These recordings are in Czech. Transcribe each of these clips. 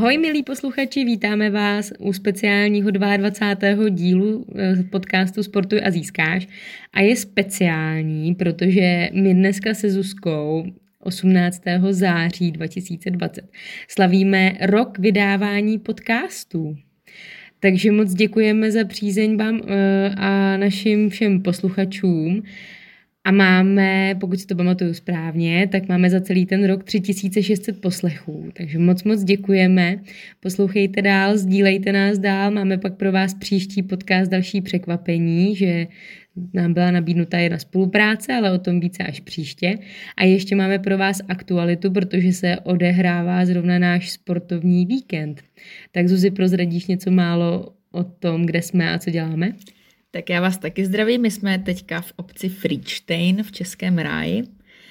Ahoj milí posluchači, vítáme vás u speciálního 22. dílu podcastu Sportuj a získáš. A je speciální, protože my dneska se Zuzkou 18. září 2020 slavíme rok vydávání podcastů. Takže moc děkujeme za přízeň vám a našim všem posluchačům. A máme, pokud si to pamatuju správně, tak máme za celý ten rok 3600 poslechů. Takže moc děkujeme. Poslouchejte dál, sdílejte nás dál. Máme pak pro vás příští podcast další překvapení, že nám byla nabídnuta jedna spolupráce, ale o tom více až příště. A ještě máme pro vás aktualitu, protože se odehrává zrovna náš sportovní víkend. Tak Zuzi, prozradíš něco málo o tom, kde jsme a co děláme? Tak já vás taky zdravím, my jsme teďka v obci Frýdštejn v Českém ráji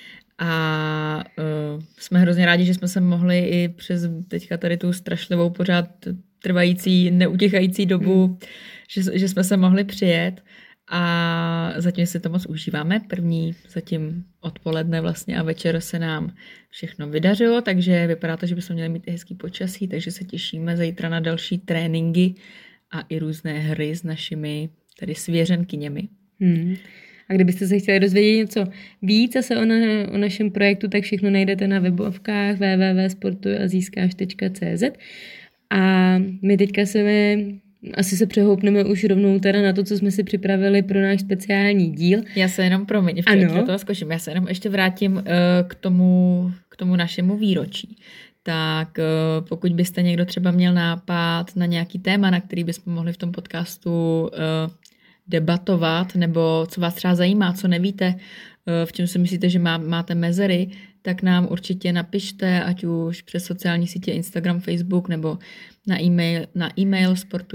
a jsme hrozně rádi, že jsme se mohli i přes teďka tady tu strašlivou pořád trvající, neutichající dobu, že jsme se mohli přijet a zatím si to moc užíváme. První zatím odpoledne vlastně a večer se nám všechno vydařilo, takže vypadá to, že bychom měli mít i hezký počasí, takže se těšíme zítra na další tréninky a i různé hry s našimi tady svěřenkyněmi. A kdybyste se chtěli dozvědět něco víc zase o našem projektu, tak všechno najdete na webovkách www.sportujazískáš.cz a my teďka asi se přehoupneme už rovnou teda na to, co jsme si připravili pro náš speciální díl. Já se jenom, do toho skočím, já se jenom ještě vrátím k tomu našemu výročí. Tak pokud byste někdo třeba měl nápad na nějaký téma, na který bychom mohli v tom podcastu debatovat, nebo co vás třeba zajímá, co nevíte, v čem si myslíte, že máte mezery, tak nám určitě napište, ať už přes sociální sítě Instagram, Facebook, nebo na e-mail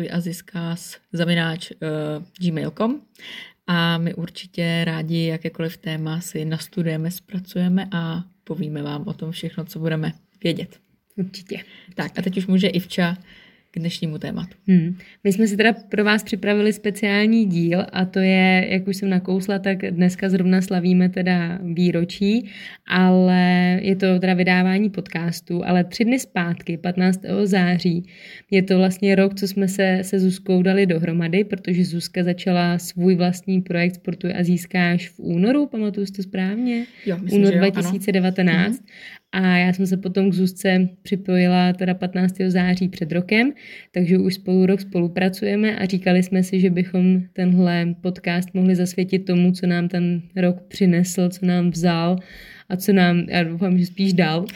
sportujaziskas@gmail.com a my určitě rádi jakékoliv téma si nastudujeme, zpracujeme a povíme vám o tom všechno, co budeme vědět. Určitě. Tak a teď už může Ivča k dnešnímu tématu. My jsme si teda pro vás připravili speciální díl a to je, jak už jsem nakousla, tak dneska zrovna slavíme teda výročí, ale je to teda vydávání podcastu, ale 3 dny zpátky, 15. září, je to vlastně rok, co jsme se Zuzkou dali dohromady, protože Zuzka začala svůj vlastní projekt Sportuj a získáš v únoru, pamatuju si to správně? Jo, myslím, únor že jo, 2019. Ano. A já jsem se potom k Zuzce připojila teda 15. září před rokem, takže už rok spolupracujeme a říkali jsme si, že bychom tenhle podcast mohli zasvětit tomu, co nám ten rok přinesl, co nám vzal a co nám, já doufám, že spíš dal.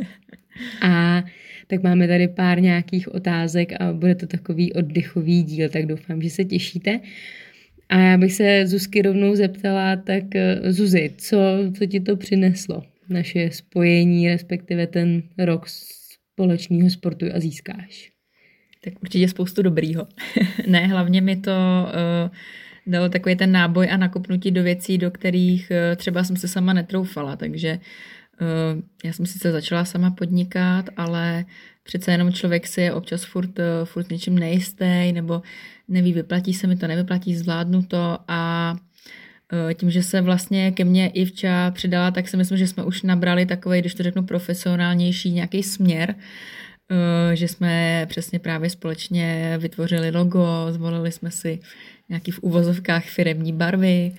A tak máme tady pár nějakých otázek a bude to takový oddychový díl, tak doufám, že se těšíte. A já bych se Zuzky rovnou zeptala, tak Zuzi, co ti to přineslo? Naše spojení, respektive ten rok společného Sportuj a získáš. Tak určitě spoustu dobrýho. Ne, hlavně mi to dalo takový ten náboj a nakopnutí do věcí, do kterých třeba jsem se sama netroufala, takže já jsem sice začala sama podnikat, ale přece jenom člověk si je občas furt něčím nejistý, nebo neví, vyplatí se mi to, nevyplatí, zvládnu to a tím, že se vlastně ke mně Ivča přidala, tak si myslím, že jsme už nabrali takovej, když to řeknu, profesionálnější nějaký směr, že jsme přesně právě společně vytvořili logo, zvolili jsme si nějaký v uvozovkách firemní barvy.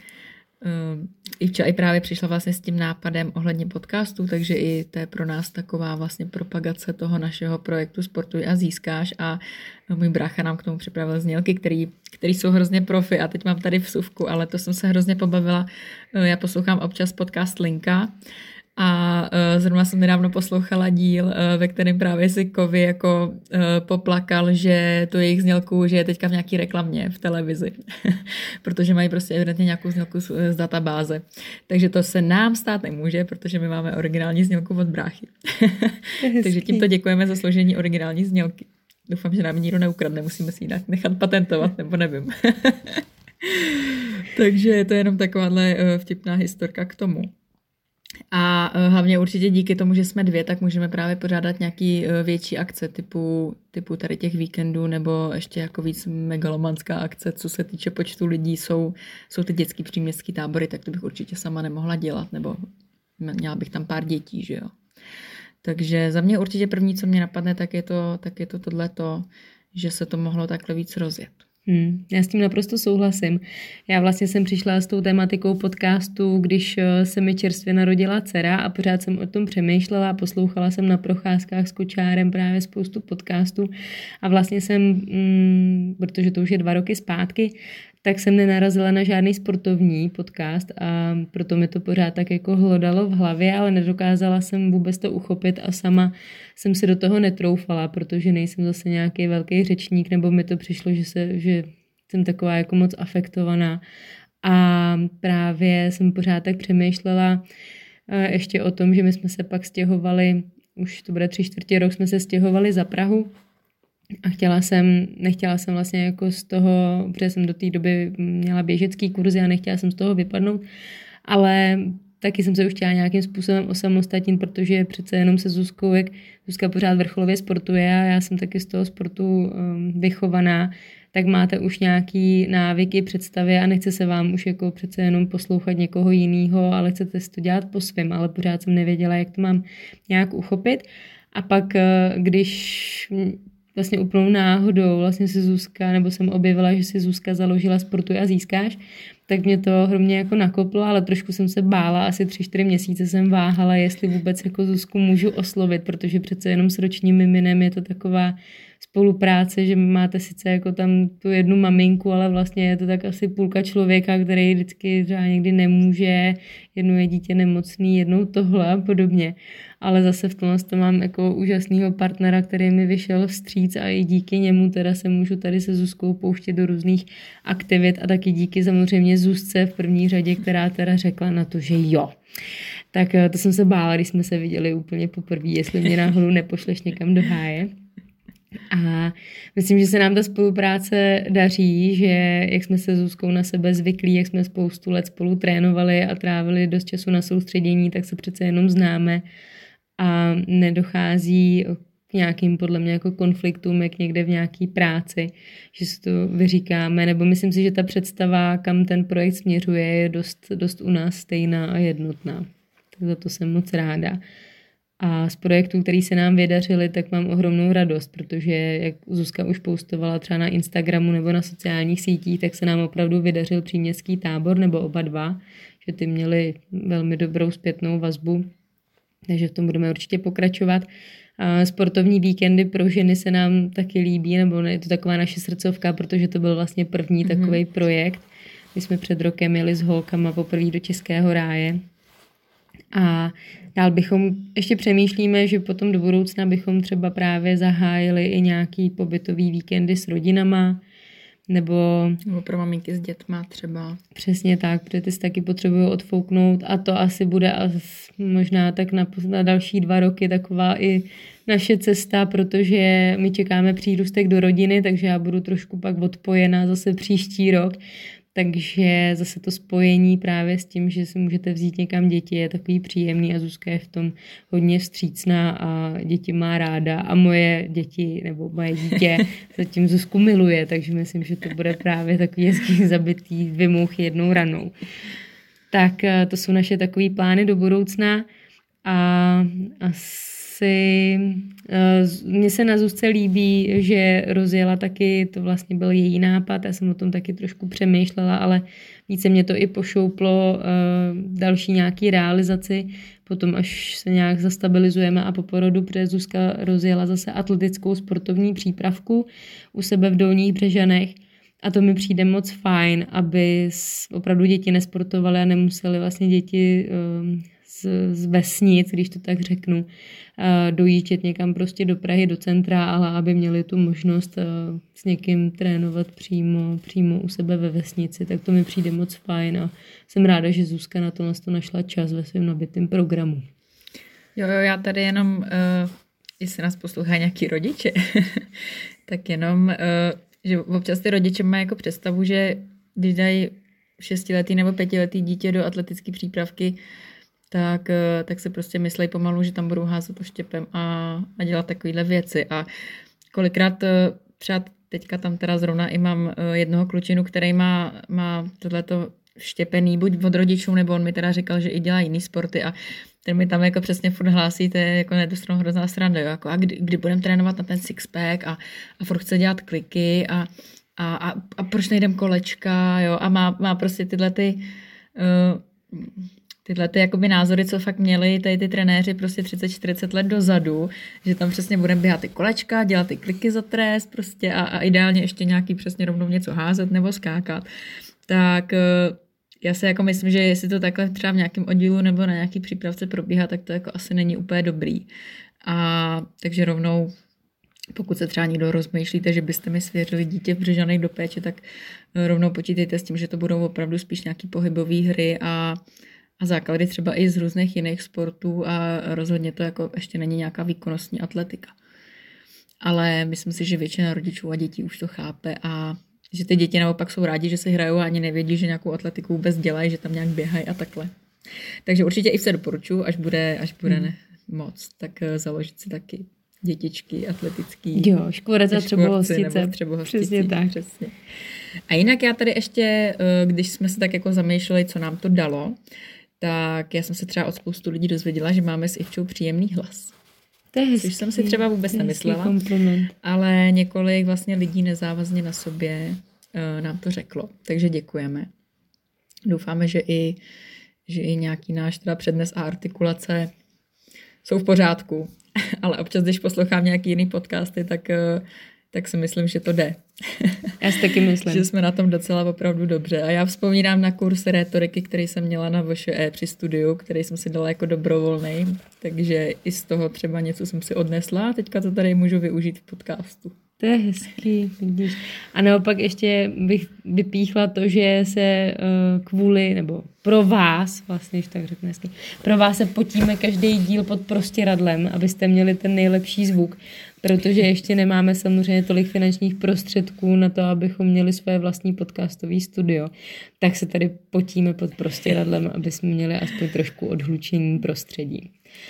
Ivča i právě přišla vlastně s tím nápadem ohledně podcastů, takže i to je pro nás taková vlastně propagace toho našeho projektu Sportuj a získáš a můj brácha nám k tomu připravil znělky, který jsou hrozně profi a teď mám tady vsuvku, ale to jsem se hrozně pobavila. Já poslouchám občas podcast Linka a zrovna jsem nedávno poslouchala díl, ve kterém právě si Kovy jako poplakal, že tu jejich znělku, že je teďka v nějaký reklamě v televizi, protože mají prostě evidentně nějakou znělku z databáze. Takže to se nám stát nemůže, protože my máme originální znělku od bráchy. Takže tímto děkujeme za složení originální znělky. Doufám, že nám nikdo neukradne, musíme si ji nechat patentovat, nebo nevím. Takže to je jenom takováhle vtipná historka k tomu. A hlavně určitě díky tomu, že jsme 2, tak můžeme právě pořádat nějaký větší akce typu tady těch víkendů nebo ještě jako víc megalomanská akce, co se týče počtu lidí, jsou ty dětský příměstský tábory, tak to bych určitě sama nemohla dělat, nebo měla bych tam pár dětí, že jo. Takže za mě určitě první, co mě napadne, tak je to tohleto, že se to mohlo takhle víc rozjet. Já s tím naprosto souhlasím. Já vlastně jsem přišla s tou tématikou podcastu, když se mi čerstvě narodila dcera a pořád jsem o tom přemýšlela a poslouchala jsem na procházkách s kočárem právě spoustu podcastů a vlastně jsem, protože to už je 2 roky zpátky, tak jsem nenarazila na žádný sportovní podcast a proto mi to pořád tak jako hlodalo v hlavě, ale nedokázala jsem vůbec to uchopit a sama jsem si do toho netroufala, protože nejsem zase nějaký velký řečník, nebo mi to přišlo, že jsem taková jako moc afektovaná. A právě jsem pořád tak přemýšlela ještě o tom, že my jsme se pak stěhovali, už to bude 3/4 rok, jsme se stěhovali za Prahu. A nechtěla jsem vlastně jako z toho, protože jsem do té doby měla běžecký kurzy a nechtěla jsem z toho vypadnout, ale taky jsem se už chtěla nějakým způsobem osamostatnit, protože přece jenom se Zuzkou, jak Zuzka pořád vrcholově sportuje a já jsem taky z toho sportu vychovaná, tak máte už nějaký návyky, představy a nechce se vám už jako přece jenom poslouchat někoho jiného, ale chcete si to dělat po svém, ale pořád jsem nevěděla, jak to mám nějak uchopit. A pak, když vlastně úplnou náhodou vlastně si Zuzka, nebo jsem objevila, že si Zuzka založila Sportuj a získáš, tak mě to hromně jako nakoplo, ale trošku jsem se bála, asi 3-4 měsíce jsem váhala, jestli vůbec jako Zuzku můžu oslovit, protože přece jenom s ročním miminem je to taková spolupráce, že máte sice jako tam tu jednu maminku, ale vlastně je to tak asi půlka člověka, který vždycky třeba někdy nemůže, jednou je dítě nemocný, jednou tohle a podobně. Ale zase v tomhle mám jako úžasného partnera, který mi vyšel vstříc a i díky němu teda se můžu tady se Zuzkou pouštět do různých aktivit a taky díky samozřejmě Zuzce v první řadě, která teda řekla na to, že jo. Tak to jsem se bála, když jsme se viděli úplně poprvé, jestli mě náhodou nepošleš někam do háje. A myslím, že se nám ta spolupráce daří, že jak jsme se Zuzkou na sebe zvyklí, jak jsme spoustu let spolu trénovali a trávili dost času na soustředění, tak se přece jenom známe a nedochází k nějakým podle mě jako konfliktům, jak někde v nějaký práci, že si to vyříkáme, nebo myslím si, že ta představa, kam ten projekt směřuje, je dost u nás stejná a jednotná. Tak za to jsem moc ráda. A z projektů, který se nám vydařily, tak mám ohromnou radost, protože jak Zuzka už postovala třeba na Instagramu nebo na sociálních sítích, tak se nám opravdu vydařil příměstský tábor, nebo oba dva, že ty měli velmi dobrou zpětnou vazbu, takže v tom budeme určitě pokračovat. A sportovní víkendy pro ženy se nám taky líbí, nebo je to taková naše srdcovka, protože to byl vlastně první takový projekt. My jsme před rokem jeli s holkama poprvé do Českého ráje. A dál ještě přemýšlíme, že potom do budoucna bychom třeba právě zahájili i nějaký pobytový víkendy s rodinama, nebo pro maminky s dětma třeba. Přesně tak, protože ty si taky potřebují odfouknout a to asi bude možná tak na další 2 roky taková i naše cesta, protože my čekáme přírůstek do rodiny, takže já budu trošku pak odpojená zase příští rok. Takže zase to spojení právě s tím, že si můžete vzít někam děti, je takový příjemný a Zuzka je v tom hodně vstřícná a děti má ráda a moje děti nebo moje dítě zatím Zuzku miluje, takže myslím, že to bude právě takový hezký zabitý 2 mouchy jednou ranou. Tak to jsou naše takový plány do budoucna a mně se na Zuzce líbí, že rozjela taky, to vlastně byl její nápad, já jsem o tom taky trošku přemýšlela, ale více mě to i pošouplo další nějaký realizaci, potom až se nějak zastabilizujeme a po porodu, protože Zuzka rozjela zase atletickou sportovní přípravku u sebe v Dolních Břežanech a to mi přijde moc fajn, aby opravdu děti nesportovaly a nemusely vlastně děti z vesnic, když to tak řeknu, dojíždět někam prostě do Prahy, do centra, ale aby měli tu možnost s někým trénovat přímo u sebe ve vesnici, tak to mi přijde moc fajn a jsem ráda, že Zuzka na to našla čas ve svém nabitém programu. Jo, já tady jenom, jestli nás poslouchá nějaký rodiče, tak jenom, že občas ty rodiče mají jako představu, že když dají 6letý nebo 5letý dítě do atletické přípravky, tak se prostě myslej pomalu, že tam budou házet oštěpem a dělat takovéhle věci. A kolikrát třeba teďka tam teda zrovna i mám jednoho klučinu, který má tohleto vštěpený buď od rodičů, nebo on mi teda říkal, že i dělá jiný sporty a ten mi tam jako přesně furt hlásí, to je jako nedostanou hrozná sranda, jo, jako a kdy budeme trénovat na ten sixpack a furt chce dělat kliky a proč nejdem kolečka, jo, a má prostě tyhle jakoby názory, co fakt měli tady ty trenéři prostě 30-40 let dozadu, že tam přesně budeme běhat ty kolečka, dělat ty kliky za trest prostě a ideálně ještě nějaký přesně rovnou něco házet nebo skákat. Tak já si jako myslím, že jestli to takhle třeba v nějakém oddílu nebo na nějaký přípravce probíhá, tak to jako asi není úplně dobrý. A takže rovnou, pokud se třeba někdo rozmýšlíte, že byste mi svěřili dítě Břežanej do péče, tak rovnou počítejte s tím, že to budou opravdu spíš nějaký pohybové hry a základy třeba i z různých jiných sportů a rozhodně to jako ještě není nějaká výkonnostní atletika. Ale myslím si, že většina rodičů a dětí už to chápe a že ty děti naopak jsou rádi, že si hrajou a ani nevědí, že nějakou atletiku vůbec dělají, že tam nějak běhají a takhle. Takže určitě i se doporučuji, až bude moc, tak založit si taky dětičky atletický. Jo, škvorec a Třebohostice. Přesně tak. Přesně. A jinak já tady ještě, když jsme se tak jako zamýšleli, co nám to dalo, tak já jsem se třeba od spoustu lidí dozvěděla, že máme s Ivčou příjemný hlas. Což jsem si třeba vůbec nemyslela, ale několik vlastně lidí nezávazně na sobě nám to řeklo. Takže děkujeme. Doufáme, že i nějaký náš teda přednes a artikulace jsou v pořádku. Ale občas, když poslouchám nějaký jiný podcasty, tak si myslím, že to jde. Já si taky myslím. Že jsme na tom docela opravdu dobře. A já vzpomínám na kurz rétoriky, který jsem měla na VŠE při studiu, který jsem si dala jako dobrovolný. Takže i z toho třeba něco jsem si odnesla a teďka to tady můžu využít v podcastu. To je hezký, vidíš. A naopak ještě bych vypíchla to, že se kvůli, nebo pro vás, vlastně, když tak řeknu hezky, pro vás se potíme každý díl pod prostěradlem, abyste měli ten nejlepší zvuk, protože ještě nemáme samozřejmě tolik finančních prostředků na to, abychom měli své vlastní podcastové studio, tak se tady potíme pod prostěradlem, aby jsme měli aspoň trošku odhlučení prostředí.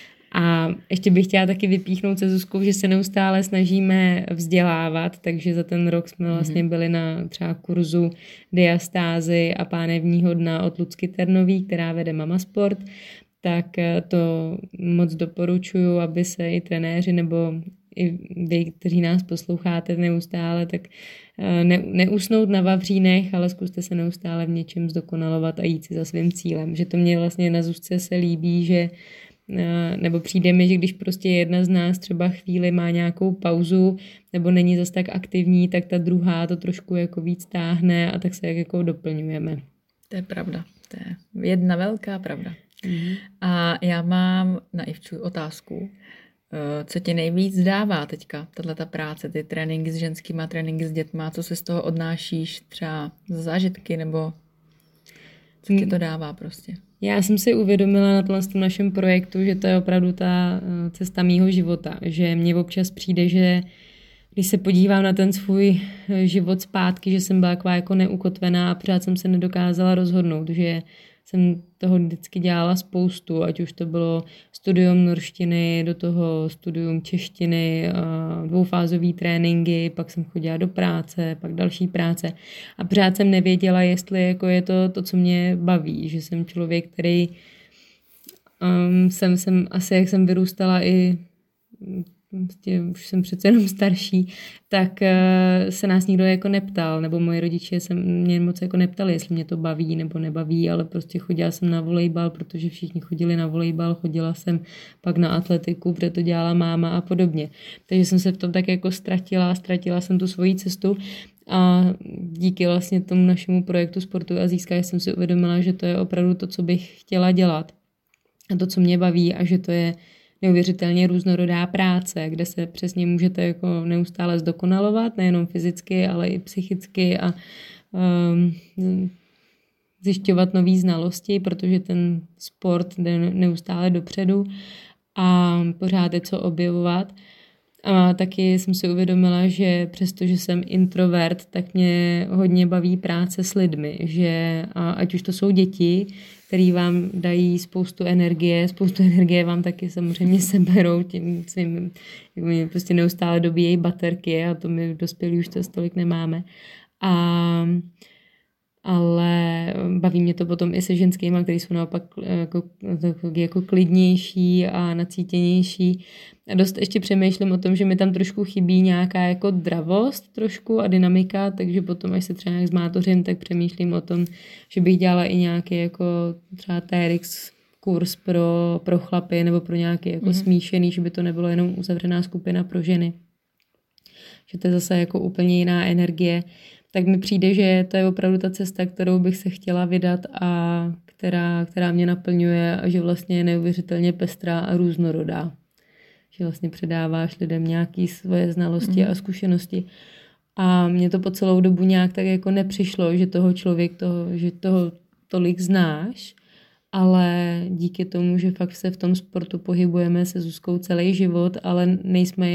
A ještě bych chtěla taky vypíchnout se Zuzkou, že se neustále snažíme vzdělávat, takže za ten rok jsme vlastně byli na třeba kurzu diastázy a pánevního dna od Lucky Ternový, která vede Mama Sport, tak to moc doporučuju, aby se i trenéři nebo i vy, kteří nás posloucháte neustále, tak neusnout na vavřínech, ale zkuste se neustále v něčem zdokonalovat a jít si za svým cílem. Že to mě vlastně na Zuzce se líbí, že nebo přijde mi, že když prostě jedna z nás třeba chvíli má nějakou pauzu nebo není zas tak aktivní, tak ta druhá to trošku jako víc táhne a tak se jako doplňujeme. To je pravda. To je jedna velká pravda. A já mám na Ivču otázku. Co ti nejvíc dává teďka, tato práce, ty tréninky s ženskýma, tréninky s dětma, co si z toho odnášíš třeba za zážitky, nebo co ti to dává prostě? Já jsem si uvědomila na tom našem projektu, že to je opravdu ta cesta mýho života, že mně občas přijde, že když se podívám na ten svůj život zpátky, že jsem byla taková jako neukotvená a pořád jsem se nedokázala rozhodnout, že jsem toho vždycky dělala spoustu, ať už to bylo studium norštiny, do toho studium češtiny, dvoufázové tréninky, pak jsem chodila do práce, pak další práce a pořád jsem nevěděla, jestli jako je to, co mě baví, že jsem člověk, který jsem asi, jak jsem vyrůstala i už jsem přece jenom starší, tak se nás nikdo jako neptal, nebo moji rodiče se mě moc jako neptali, jestli mě to baví nebo nebaví, ale prostě chodila jsem na volejbal, protože všichni chodili na volejbal, chodila jsem pak na atletiku, protože to dělala máma a podobně. Takže jsem se v tom tak jako ztratila jsem tu svoji cestu a díky vlastně tomu našemu projektu Sportu a získáš jsem si uvědomila, že to je opravdu to, co bych chtěla dělat a to, co mě baví a že to je neuvěřitelně různorodá práce, kde se přesně můžete jako neustále zdokonalovat, nejenom fyzicky, ale i psychicky a zjišťovat nové znalosti, protože ten sport jde neustále dopředu a pořád je co objevovat. A taky jsem si uvědomila, že přestože jsem introvert, tak mě hodně baví práce s lidmi, že ať už to jsou děti, který vám dají spoustu energie vám taky samozřejmě seberou, tím svým, mi prostě neustále dobíjejí baterky a to my dospělí už to tolik nemáme. ale baví mě to potom i se ženskýma, který jsou naopak jako klidnější a nacítěnější. A dost ještě přemýšlím o tom, že mi tam trošku chybí nějaká jako dravost trošku a dynamika, takže potom, až se třeba nějak zmátořím, tak přemýšlím o tom, že bych dělala i nějaký jako třeba TRX kurz pro chlapy nebo pro nějaký jako smíšený, že by to nebylo jenom uzavřená skupina pro ženy. Že to je zase jako úplně jiná energie. Tak mi přijde, že to je opravdu ta cesta, kterou bych se chtěla vydat a která mě naplňuje a že vlastně je neuvěřitelně pestrá a různorodá. Že vlastně předáváš lidem nějaké svoje znalosti a zkušenosti. A mně to po celou dobu nějak tak jako nepřišlo, že že toho tolik znáš, ale díky tomu, že fakt se v tom sportu pohybujeme se Zuzkou celý život, ale nejsme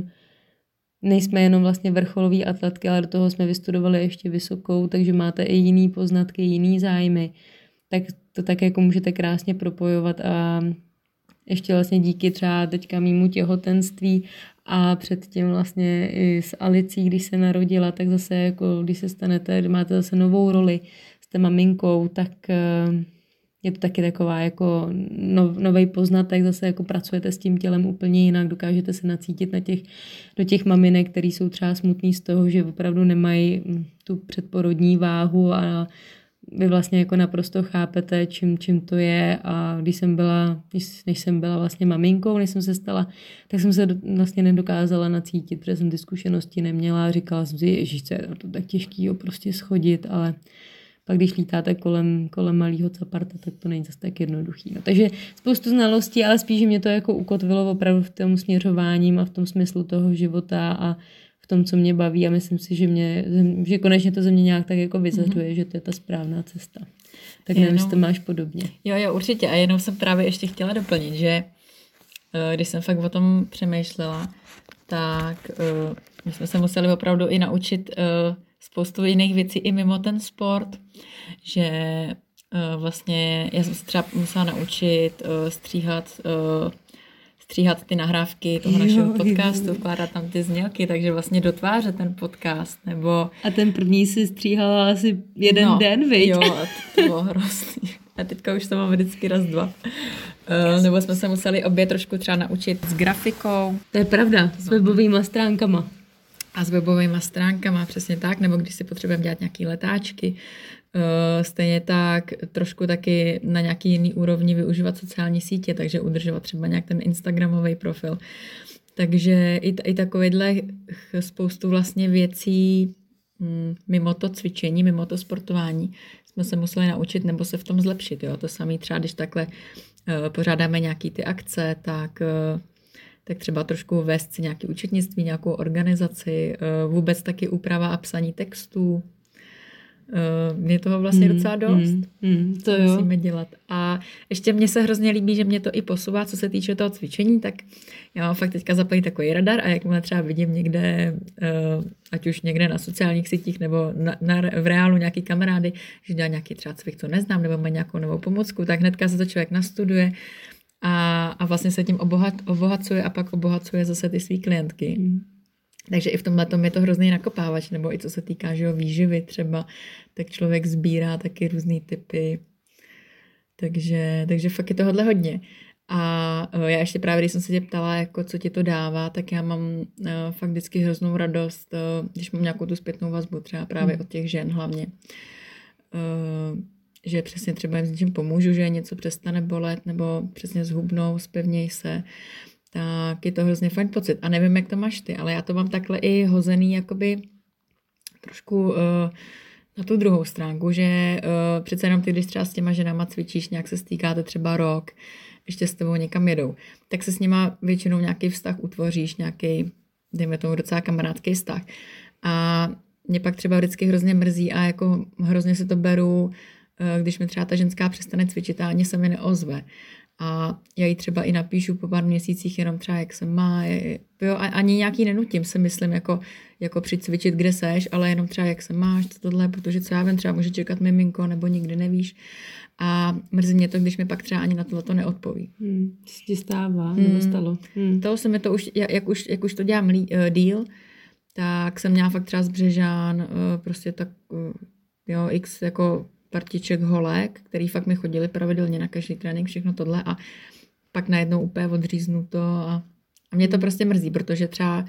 jenom vlastně vrcholoví atletky, ale do toho jsme vystudovali ještě vysokou, takže máte i jiný poznatky, jiný zájmy. Tak to tak jako můžete krásně propojovat a ještě vlastně díky třeba teďka mýmu těhotenství a předtím vlastně i s Alicí, když se narodila, tak zase jako když se stanete, máte zase novou roli, jste maminkou, tak je to taky taková jako nový poznatek, zase jako pracujete s tím tělem úplně jinak, dokážete se nacítit do těch maminek, který jsou třeba smutný z toho, že opravdu nemají tu předporodní váhu a vy vlastně jako naprosto chápete, čím to je a než jsem byla vlastně maminkou, než jsem se stala, tak jsem se vlastně nedokázala nacítit, protože jsem ty zkušenosti neměla a říkala jsem si, ježiš, je to tak těžký prostě schodit, ale pak když lítáte kolem malého caparta, tak to není zase tak jednoduchý. No, takže spoustu znalostí, ale spíš mě to jako ukotvilo opravdu v tom směřováním a v tom smyslu toho života a v tom, co mě baví a myslím si, že konečně to ze mě nějak tak jako vyzařuje, že to je ta správná cesta. Tak nevím, jestli to máš podobně. Jo, určitě. A jenom jsem právě ještě chtěla doplnit, že když jsem fakt o tom přemýšlela, tak my jsme se museli opravdu i naučit spoustu jiných věcí i mimo ten sport, že vlastně já jsem se třeba musela naučit stříhat ty nahrávky toho našeho podcastu, vkládat tam ty znělky, takže vlastně dotvářet ten podcast, nebo... A ten první si stříhala asi jeden den, viď? Jo, to bylo hrozný. A teďka už to mám vždycky raz, dva. Nebo jsme se museli obě trošku třeba naučit s grafikou. To je pravda, s webovýma stránkama. A s webovými stránkama, přesně tak, nebo když si potřebujeme dělat nějaké letáčky, stejně tak trošku taky na nějaký jiný úrovni využívat sociální sítě, takže udržovat třeba nějak ten instagramový profil. Takže i takovýhle spoustu vlastně věcí mimo to cvičení, mimo to sportování jsme se museli naučit nebo se v tom zlepšit. Jo? To samé třeba, když takhle pořádáme nějaký ty akce, tak třeba trošku vést si nějaké účetnictví, nějakou organizaci, vůbec taky úprava a psaní textů. Je toho vlastně docela dost. To musíme dělat. A ještě mně se hrozně líbí, že mě to i posouvá, co se týče toho cvičení, tak já mám fakt teďka zaplnit takový radar a jakmile třeba vidím někde, ať už někde na sociálních sítích nebo v reálu nějaký kamarády, že dělá nějaký třeba cvik, co neznám, nebo má nějakou novou pomůcku, tak hnedka se to člověk nastuduje a vlastně se tím obohacuje a pak obohacuje zase ty svý klientky. Takže i v tomhletom je to hrozný nakopávač, nebo i co se týká výživy třeba, tak člověk sbírá taky různý typy. Takže fakt je tohodle hodně. A já ještě právě, když jsem se tě ptala, jako co ti to dává, tak já mám fakt vždycky hroznou radost, když mám nějakou tu zpětnou vazbu, třeba právě od těch žen hlavně. Že přesně třeba jim s něčím pomůžu, že něco přestane bolet, nebo přesně zhubnou, zpevněj se, tak je to hrozně fajn pocit. A nevím, jak to máš ty, ale já to mám takhle i hozený jakoby trošku na tu druhou stránku, že přece jenom ty, když třeba s těma ženama cvičíš, nějak se stýkáte třeba rok, ještě s tebou někam jedou, tak se s nima většinou nějaký vztah utvoříš, nějaký, dejme tomu docela kamarádský vztah. A mě pak třeba vždycky hrozně mrzí a jako hrozně se to beru, když mi třeba ta ženská přestane cvičit a ani se mi neozve. A já jí třeba i napíšu po pár měsících jenom třeba, jak se má. Jo, ani nějaký nenutím, si myslím, jako přijď cvičit, kde seš, ale jenom třeba, jak se máš, co tohle, protože co já vím, třeba může čekat miminko, nebo nikdy nevíš. A mrzí mě to, když mi pak třeba ani na tohle to neodpoví. Se ti stává, nebo stalo. To se mi to už, jak už to dělám díl, tak jsem měla fakt třeba z Břežán prostě tak jo, x jako partiček holek, který fakt mi chodili pravidelně na každý trénink, všechno tohle a pak najednou úplně odříznu to a mě to prostě mrzí, protože třeba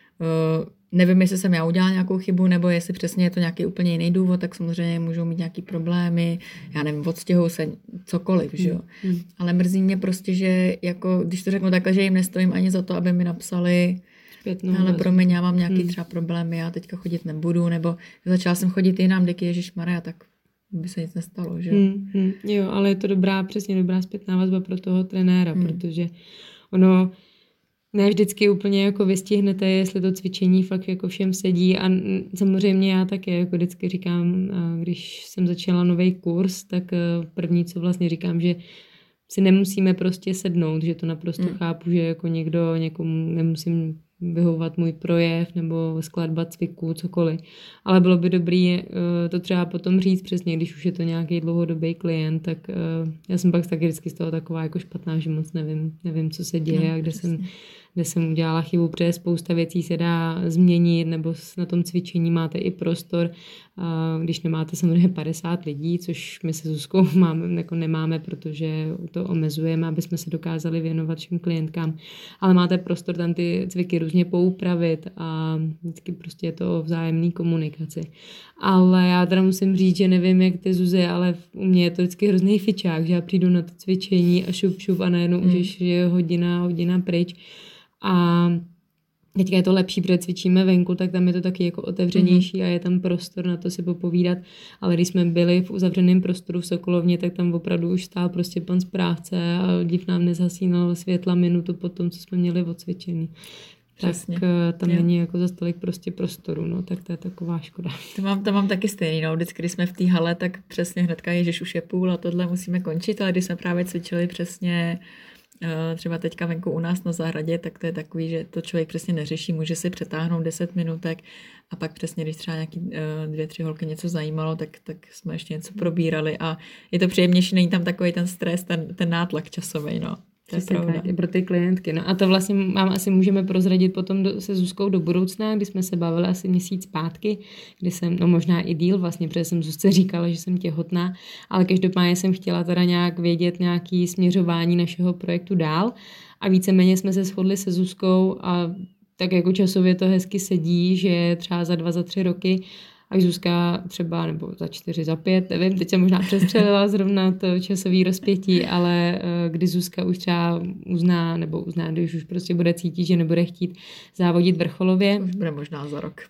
nevím, jestli jsem já udělala nějakou chybu, nebo jestli přesně je to nějaký úplně jiný důvod, tak samozřejmě můžou mít nějaký problémy, já nevím, odstěhují se cokoliv, že jo. Ale mrzí mě prostě, že jako, když to řeknu takhle, že jim nestojím ani za to, aby mi napsali, ale promiň, já mám nějaký třeba problémy, já teďka chodit nebudu, nebo začala jsem chodit jinam, děky ježišmarja, tak by se nic nestalo, že jo. Jo, ale je to přesně dobrá zpětná vazba pro toho trenéra, protože ono ne vždycky úplně jako vystihnete, jestli to cvičení fakt jako všem sedí a samozřejmě já také jako vždycky říkám, když jsem začala nový kurz, tak první, co vlastně říkám, že si nemusíme prostě sednout, že to naprosto chápu, že jako někomu nemusím vyhovovat můj projev nebo skladba cviků, cokoliv. Ale bylo by dobré to třeba potom říct přesně, když už je to nějaký dlouhodobý klient, tak já jsem pak taky vždycky z toho taková jako špatná, že moc nevím, co se děje a kde jsem udělala chybu, protože spousta věcí se dá změnit, nebo na tom cvičení máte i prostor, když nemáte samozřejmě 50 lidí, což my se Zuzkou nemáme, protože to omezujeme, aby jsme se dokázali věnovat všem klientkám, ale máte prostor tam ty cviky různě poupravit a vždycky prostě je to o vzájemné komunikaci. Ale já teda musím říct, že nevím, jak ty Zuzi, ale u mě je to vždycky hrozný fičák, že já přijdu na to cvičení a šup a najednou už je hodina pryč. A teďka je to lepší, protože cvičíme venku, tak tam je to taky jako otevřenější a je tam prostor na to si popovídat. Ale když jsme byli v uzavřeném prostoru v Sokolovně, tak tam opravdu už stál prostě pan správce a div nám nezhasínal světla minutu po tom, co jsme měli odcvičený. Přesně. Tak tam není jako za tolik prostě prostoru, no, tak to je taková škoda. To mám taky stejný, no, vždycky, když jsme v té hale, tak přesně hnedka, ježiš, už je půl a tohle musíme končit, ale když jsme právě cvičili přesně třeba teďka venku u nás na zahradě, tak to je takový, že to člověk přesně neřeší, může si přetáhnout 10 minutek a pak přesně, když třeba nějaký 2-3 holky něco zajímalo, tak jsme ještě něco probírali a je to příjemnější, není tam takový ten stres, ten nátlak časový, no. To je pravda. Tak, i pro ty klientky. No a to vlastně asi můžeme prozradit potom se Zuzkou do budoucna, kdy jsme se bavili asi měsíc zpátky, kdy jsem, no možná i díl vlastně, protože jsem Zuzce říkala, že jsem těhotná, ale každopádně jsem chtěla teda nějak vědět nějaký směřování našeho projektu dál a víceméně jsme se shodli se Zuzkou a tak jako časově to hezky sedí, že třeba za 2, za 3 roky až Zuzka třeba, nebo za 4, za 5, nevím, teď jsem možná přestřelila zrovna to časové rozpětí, ale kdy Zuzka už třeba uzná, když už prostě bude cítit, že nebude chtít závodit vrcholově. Už bude možná za rok.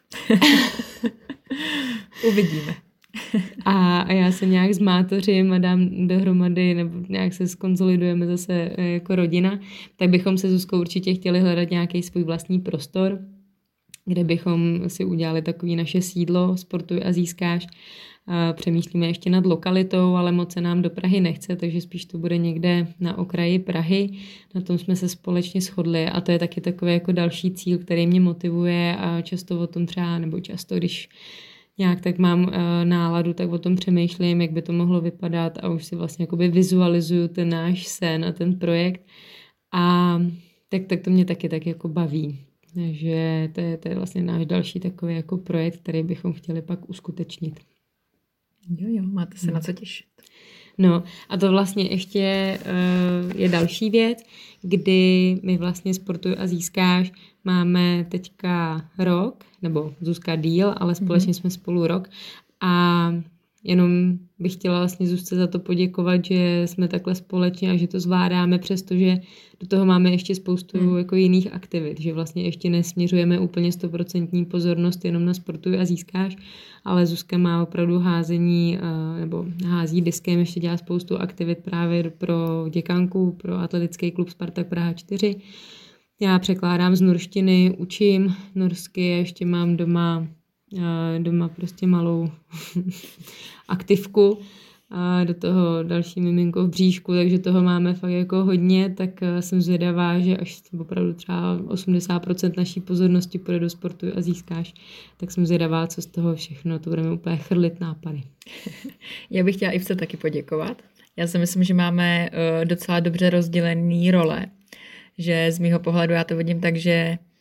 Uvidíme. A já se nějak zmátořím a dám dohromady, nebo nějak se skonsolidujeme zase jako rodina, tak bychom se Zuzkou určitě chtěli hledat nějaký svůj vlastní prostor, kde bychom si udělali takový naše sídlo Sportuj a získáš. Přemýšlíme ještě nad lokalitou, ale moc se nám do Prahy nechce, takže spíš to bude někde na okraji Prahy. Na tom jsme se společně shodli a to je taky takový jako další cíl, který mě motivuje a často o tom třeba, nebo často, když nějak tak mám náladu, tak o tom přemýšlím, jak by to mohlo vypadat a už si vlastně jakoby vizualizuju ten náš sen a ten projekt a tak to mě taky tak jako baví. Takže to je vlastně náš další takový jako projekt, který bychom chtěli pak uskutečnit. Jo, máte se na co těšit. No a to vlastně ještě je další věc, kdy my vlastně Sportuj a získáš máme teďka rok, nebo Zuzka díl, ale společně jsme spolu rok a jenom bych chtěla vlastně Zuzce za to poděkovat, že jsme takhle společně a že to zvládáme, přestože do toho máme ještě spoustu jako jiných aktivit, že vlastně ještě nesměřujeme úplně 100% pozornost jenom na Sportuj a získáš, ale Zuzka má opravdu házení nebo hází diskem, ještě dělá spoustu aktivit právě pro děkanku, pro atletický klub Spartak Praha 4. Já překládám z norštiny, učím norsky, ještě mám doma prostě malou aktivku a do toho další miminko v bříšku, takže toho máme fakt jako hodně, tak jsem zvědavá, že až opravdu třeba 80% naší pozornosti půjde do Sportu a získáš, tak jsem zvědavá, co z toho všechno, to budeme úplně chrlit nápady. Já bych chtěla Ivce taky poděkovat. Já si myslím, že máme docela dobře rozdělený role, že z mýho pohledu já to vidím tak, že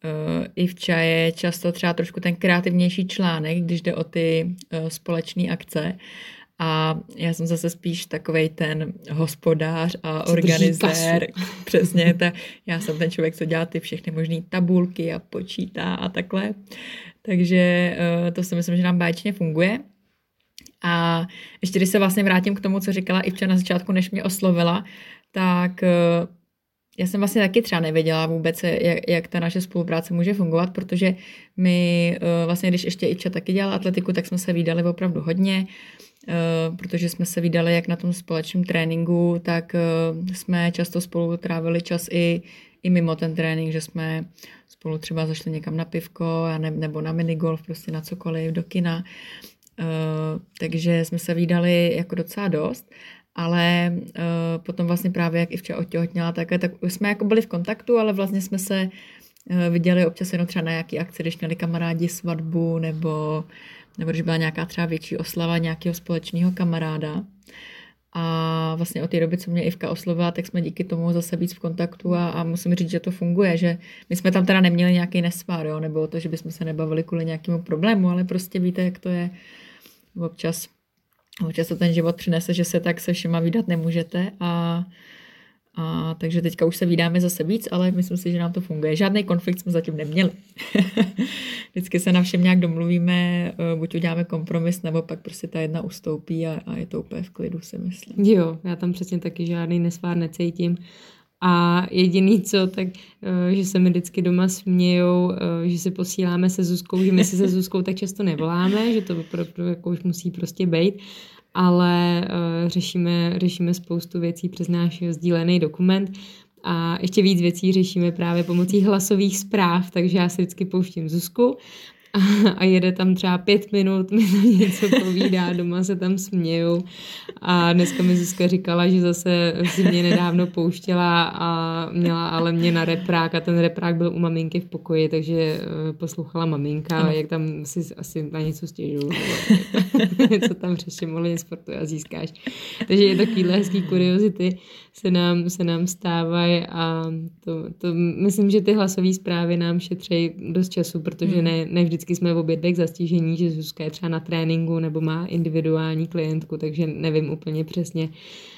Ivča je často třeba trošku ten kreativnější článek, když jde o ty společné akce. A já jsem zase spíš takovej ten hospodář a organizér. Přesně, já jsem ten člověk, co dělá ty všechny možné tabulky a počítá a takhle. Takže to si myslím, že nám báječně funguje. A ještě když se vlastně vrátím k tomu, co říkala Ivča na začátku, než mě oslovila, tak já jsem vlastně taky třeba nevěděla vůbec, jak ta naše spolupráce může fungovat, protože my vlastně, když ještě Ivča taky dělala atletiku, tak jsme se vídali opravdu hodně, protože jsme se vídali jak na tom společném tréninku, tak jsme často spolu trávili čas i mimo ten trénink, že jsme spolu třeba zašli někam na pivko nebo na minigolf, prostě na cokoliv, do kina. Takže jsme se vídali jako docela dost, ale potom vlastně právě jak Ivča otěhotněla, tak jsme jako byli v kontaktu, ale vlastně jsme se viděli občas jenom třeba na nějaký akci, když měli kamarádi svatbu nebo když byla nějaká třeba větší oslava nějakého společného kamaráda. A vlastně od té doby, co mě Ivka oslovila, tak jsme díky tomu zase víc v kontaktu a musím říct, že to funguje, že my jsme tam teda neměli nějaký nesvár, jo? Nebylo to, že bychom se nebavili kvůli nějakému problému, ale prostě víte, jak to je občas to ten život přinese, že se tak se všema vídat nemůžete a takže teďka už se vídáme zase víc, ale myslím si, že nám to funguje. Žádný konflikt jsme zatím neměli. Vždycky se na všem nějak domluvíme, buď uděláme kompromis, nebo pak prostě ta jedna ustoupí a je to úplně v klidu, si myslím. Jo, já tam přesně taky žádný nesvár necítím. A jediný co, tak že se mi vždycky doma smějou, že si posíláme se Zuzkou, že my si se Zuzkou tak často nevoláme, že to opravdu jako už musí prostě být, ale řešíme spoustu věcí přes náš sdílený dokument a ještě víc věcí řešíme právě pomocí hlasových zpráv, takže já si vždycky pouštím Zuzku a jede tam třeba 5 minut, mi to něco povídá, doma se tam smějou a dneska mi Zuzka říkala, že zase si mě nedávno pouštěla a měla ale mě na reprák a ten reprák byl u maminky v pokoji, takže poslouchala maminka, jak tam si asi na něco stěžuju, něco tam řeším, ohledně sportu a získáš. Takže je takovýhle hezký kuriozity se nám stávají a to myslím, že ty hlasové zprávy nám šetří dost času, protože ne vždycky jsme v obě dvě zastižení, že Zuzka je třeba na tréninku nebo má individuální klientku, takže nevím úplně přesně.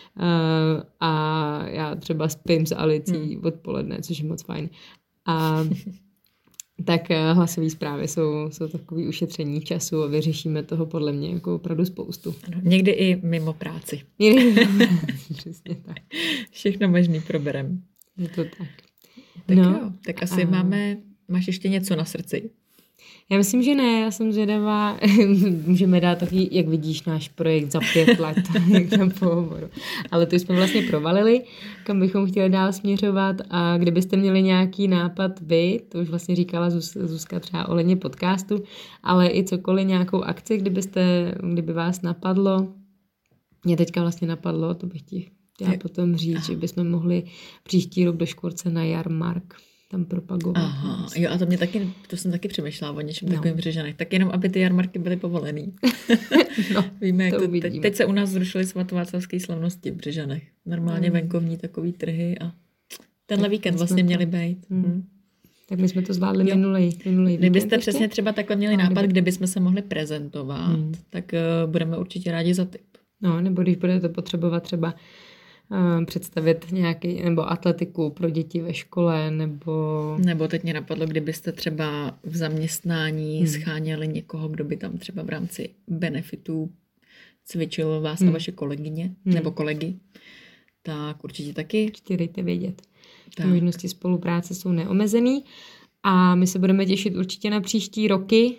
A já třeba spím s Alicí odpoledne, což je moc fajn. A tak hlasové zprávy jsou takový ušetření času a vyřešíme toho podle mě jako opravdu spoustu. Ano, někdy i mimo práci. Přesně tak. Všechno možný proberem. Je to tak. Tak jo, tak asi máš ještě něco na srdci. Já myslím, že ne, já jsem zvědavá, můžeme dát taky, jak vidíš, náš projekt za 5 let, jak tam pohovoru. Ale to jsme vlastně provalili, kam bychom chtěli dál směřovat a kdybyste měli nějaký nápad vy, to už vlastně říkala Zuzka třeba ohledně podcastu, ale i cokoliv, nějakou akci, kdyby vás napadlo, mě teďka vlastně napadlo, to bych chtěla potom říct, že bychom mohli příští rok do Škvorce na jarmark tam propagovat. Aha, jo, a to jsem taky přemýšlela o něčem takovým v Břežanech. Tak jenom, aby ty jarmarky byly povolený. Víme, jak teď se u nás zrušily svatováclavské slavnosti v Břežanech. Normálně venkovní takový trhy a tenhle víkend vlastně měli být. Tak my jsme to zvládli minulý víkend. Kdybyste přesně třeba takhle měli nápad, kde bychom se mohli prezentovat, tak budeme určitě rádi za tip. No, nebo když budete potřebovat třeba představit nějaký, nebo atletiku pro děti ve škole, Nebo teď mě napadlo, kdybyste třeba v zaměstnání scháněli někoho, kdo by tam třeba v rámci benefitů cvičil vás a vaše kolegyně, nebo kolegy, tak určitě taky. Určitě dejte vědět. Možnosti spolupráce jsou neomezený a my se budeme těšit určitě na příští roky.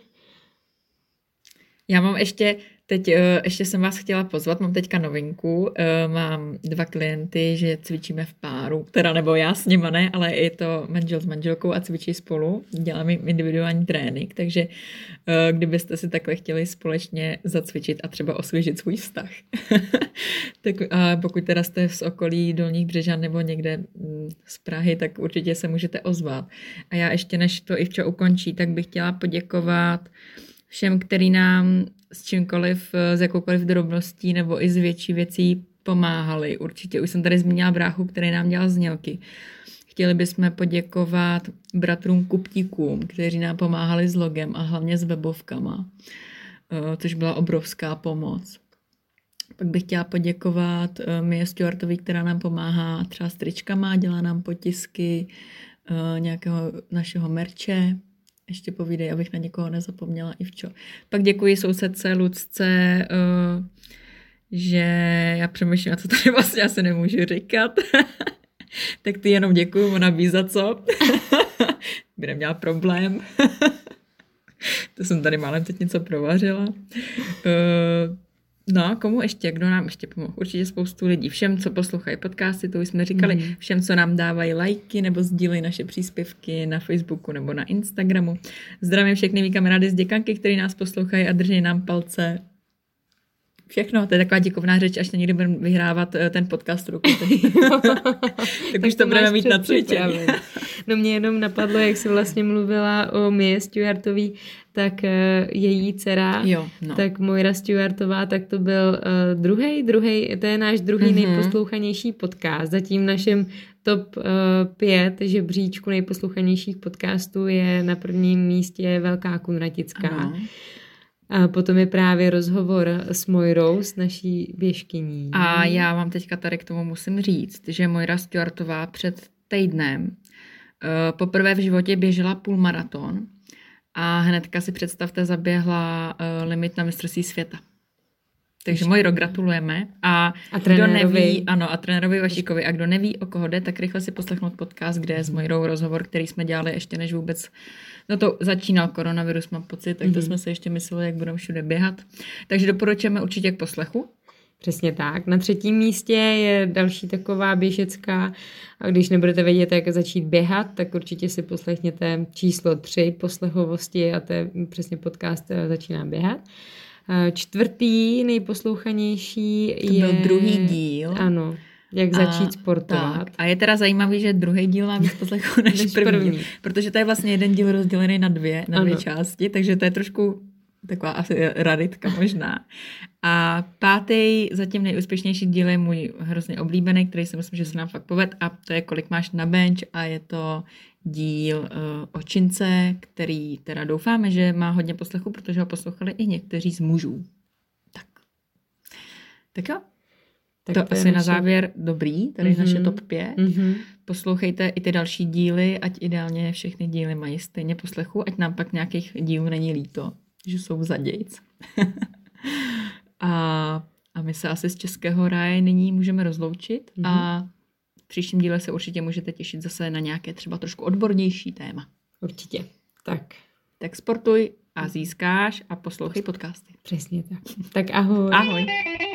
Já mám ještě jsem vás chtěla pozvat, mám teďka novinku, mám 2 klienty, že cvičíme v páru, teda nebo já s nima ne, ale je to manžel s manželkou a cvičí spolu, děláme individuální trénink, takže kdybyste si takhle chtěli společně zacvičit a třeba osvěžit svůj vztah, tak pokud teda jste z okolí Dolních Břežan nebo někde z Prahy, tak určitě se můžete ozvat. A já ještě než to Ivča ukončí, tak bych chtěla poděkovat všem, který nám s čímkoliv, z jakoukoliv drobností nebo i z větší věcí pomáhali. Určitě už jsem tady zmínila bráchu, který nám dělal znělky. chtěli bychom poděkovat bratrům Kuptíkům, kteří nám pomáhali s logem a hlavně s webovkama, což byla obrovská pomoc. Pak bych chtěla poděkovat Mie Stewartovi, která nám pomáhá třeba s tričkama, dělá nám potisky nějakého našeho merče. Ještě povídej, abych na někoho nezapomněla, Ivčo. Pak děkuji sousedce Lucce, že já přemýšlím, a co tady vlastně asi nemůžu říkat. Tak ty jenom děkuju, ona ví za co. By neměla problém. To jsem tady málem teď něco provařila. No, komu ještě, kdo nám ještě pomohl? Určitě spoustu lidí. Všem, co poslouchají podcasty, to už jsme říkali. Všem, co nám dávají lajky nebo sdílejí naše příspěvky na Facebooku nebo na Instagramu. Zdravím všechny mý kamarády z děkanky, kteří nás poslouchají a drží nám palce. Všechno, to je taková děkovná řeč, až někdy budeme vyhrávat ten podcast roku. Tak už to budeme mít na cvičení. No mě jenom napadlo, jak jsi vlastně mluvila o Mie Stewartový, tak její dcera, tak Moira Stewartová, tak to byl druhý, to je náš druhý nejposlouchanější podcast. Zatím našem top 5 žebříčku nejposlouchanějších podcastů je na prvním místě Velká Kunratická. Ano. A potom je právě rozhovor s Moirou, s naší běžkyní. A já vám teďka tady k tomu musím říct, že Moira Stewartová před týdnem poprvé v životě běžela půlmaraton a hnedka si představte, zaběhla limit na mistrovství světa. Takže Mojro, gratulujeme. A kdo neví, ano, a trenérovi Vašíkovi, a kdo neví, o koho jde, tak rychle si poslechnout podcast, kde je s Mojrou rozhovor, který jsme dělali ještě než vůbec, no to začínal koronavirus, mám pocit, tak to jsme si ještě mysleli, jak budeme všude běhat. Takže doporučujeme určitě k poslechu. Přesně tak. Na 3. místě je další taková běžecká, a když nebudete vědět, jak začít běhat, tak určitě si poslechněte číslo 3 poslechovosti a to je přesně podcast Začíná běhat. 4. nejposlouchanější je... To byl druhý díl. Ano, jak začít sportovat. Tak. A je teda zajímavý, že druhý díl má víc poslechů než první. Protože to je vlastně jeden díl rozdělený na dvě části, takže to je trošku taková asi raditka možná. A 5. zatím nejúspěšnější díl je můj hrozně oblíbený, který si myslím, že se nám fakt poved, a to je Kolik máš na bench, a je to díl o čince, který teda doufáme, že má hodně poslechu, protože ho poslouchali i někteří z mužů. Tak jo. Tak to asi na závěr dobrý, tady naše top 5. Poslouchejte i ty další díly, ať ideálně všechny díly mají stejně poslechu, ať nám pak nějakých dílů není líto, že jsou vzadějc. a my se asi z Českého ráje nyní můžeme rozloučit a v příštím díle se určitě můžete těšit zase na nějaké třeba trošku odbornější téma. Určitě. Tak sportuj a získáš a poslouchej podcasty. Přesně tak. Tak ahoj. Ahoj.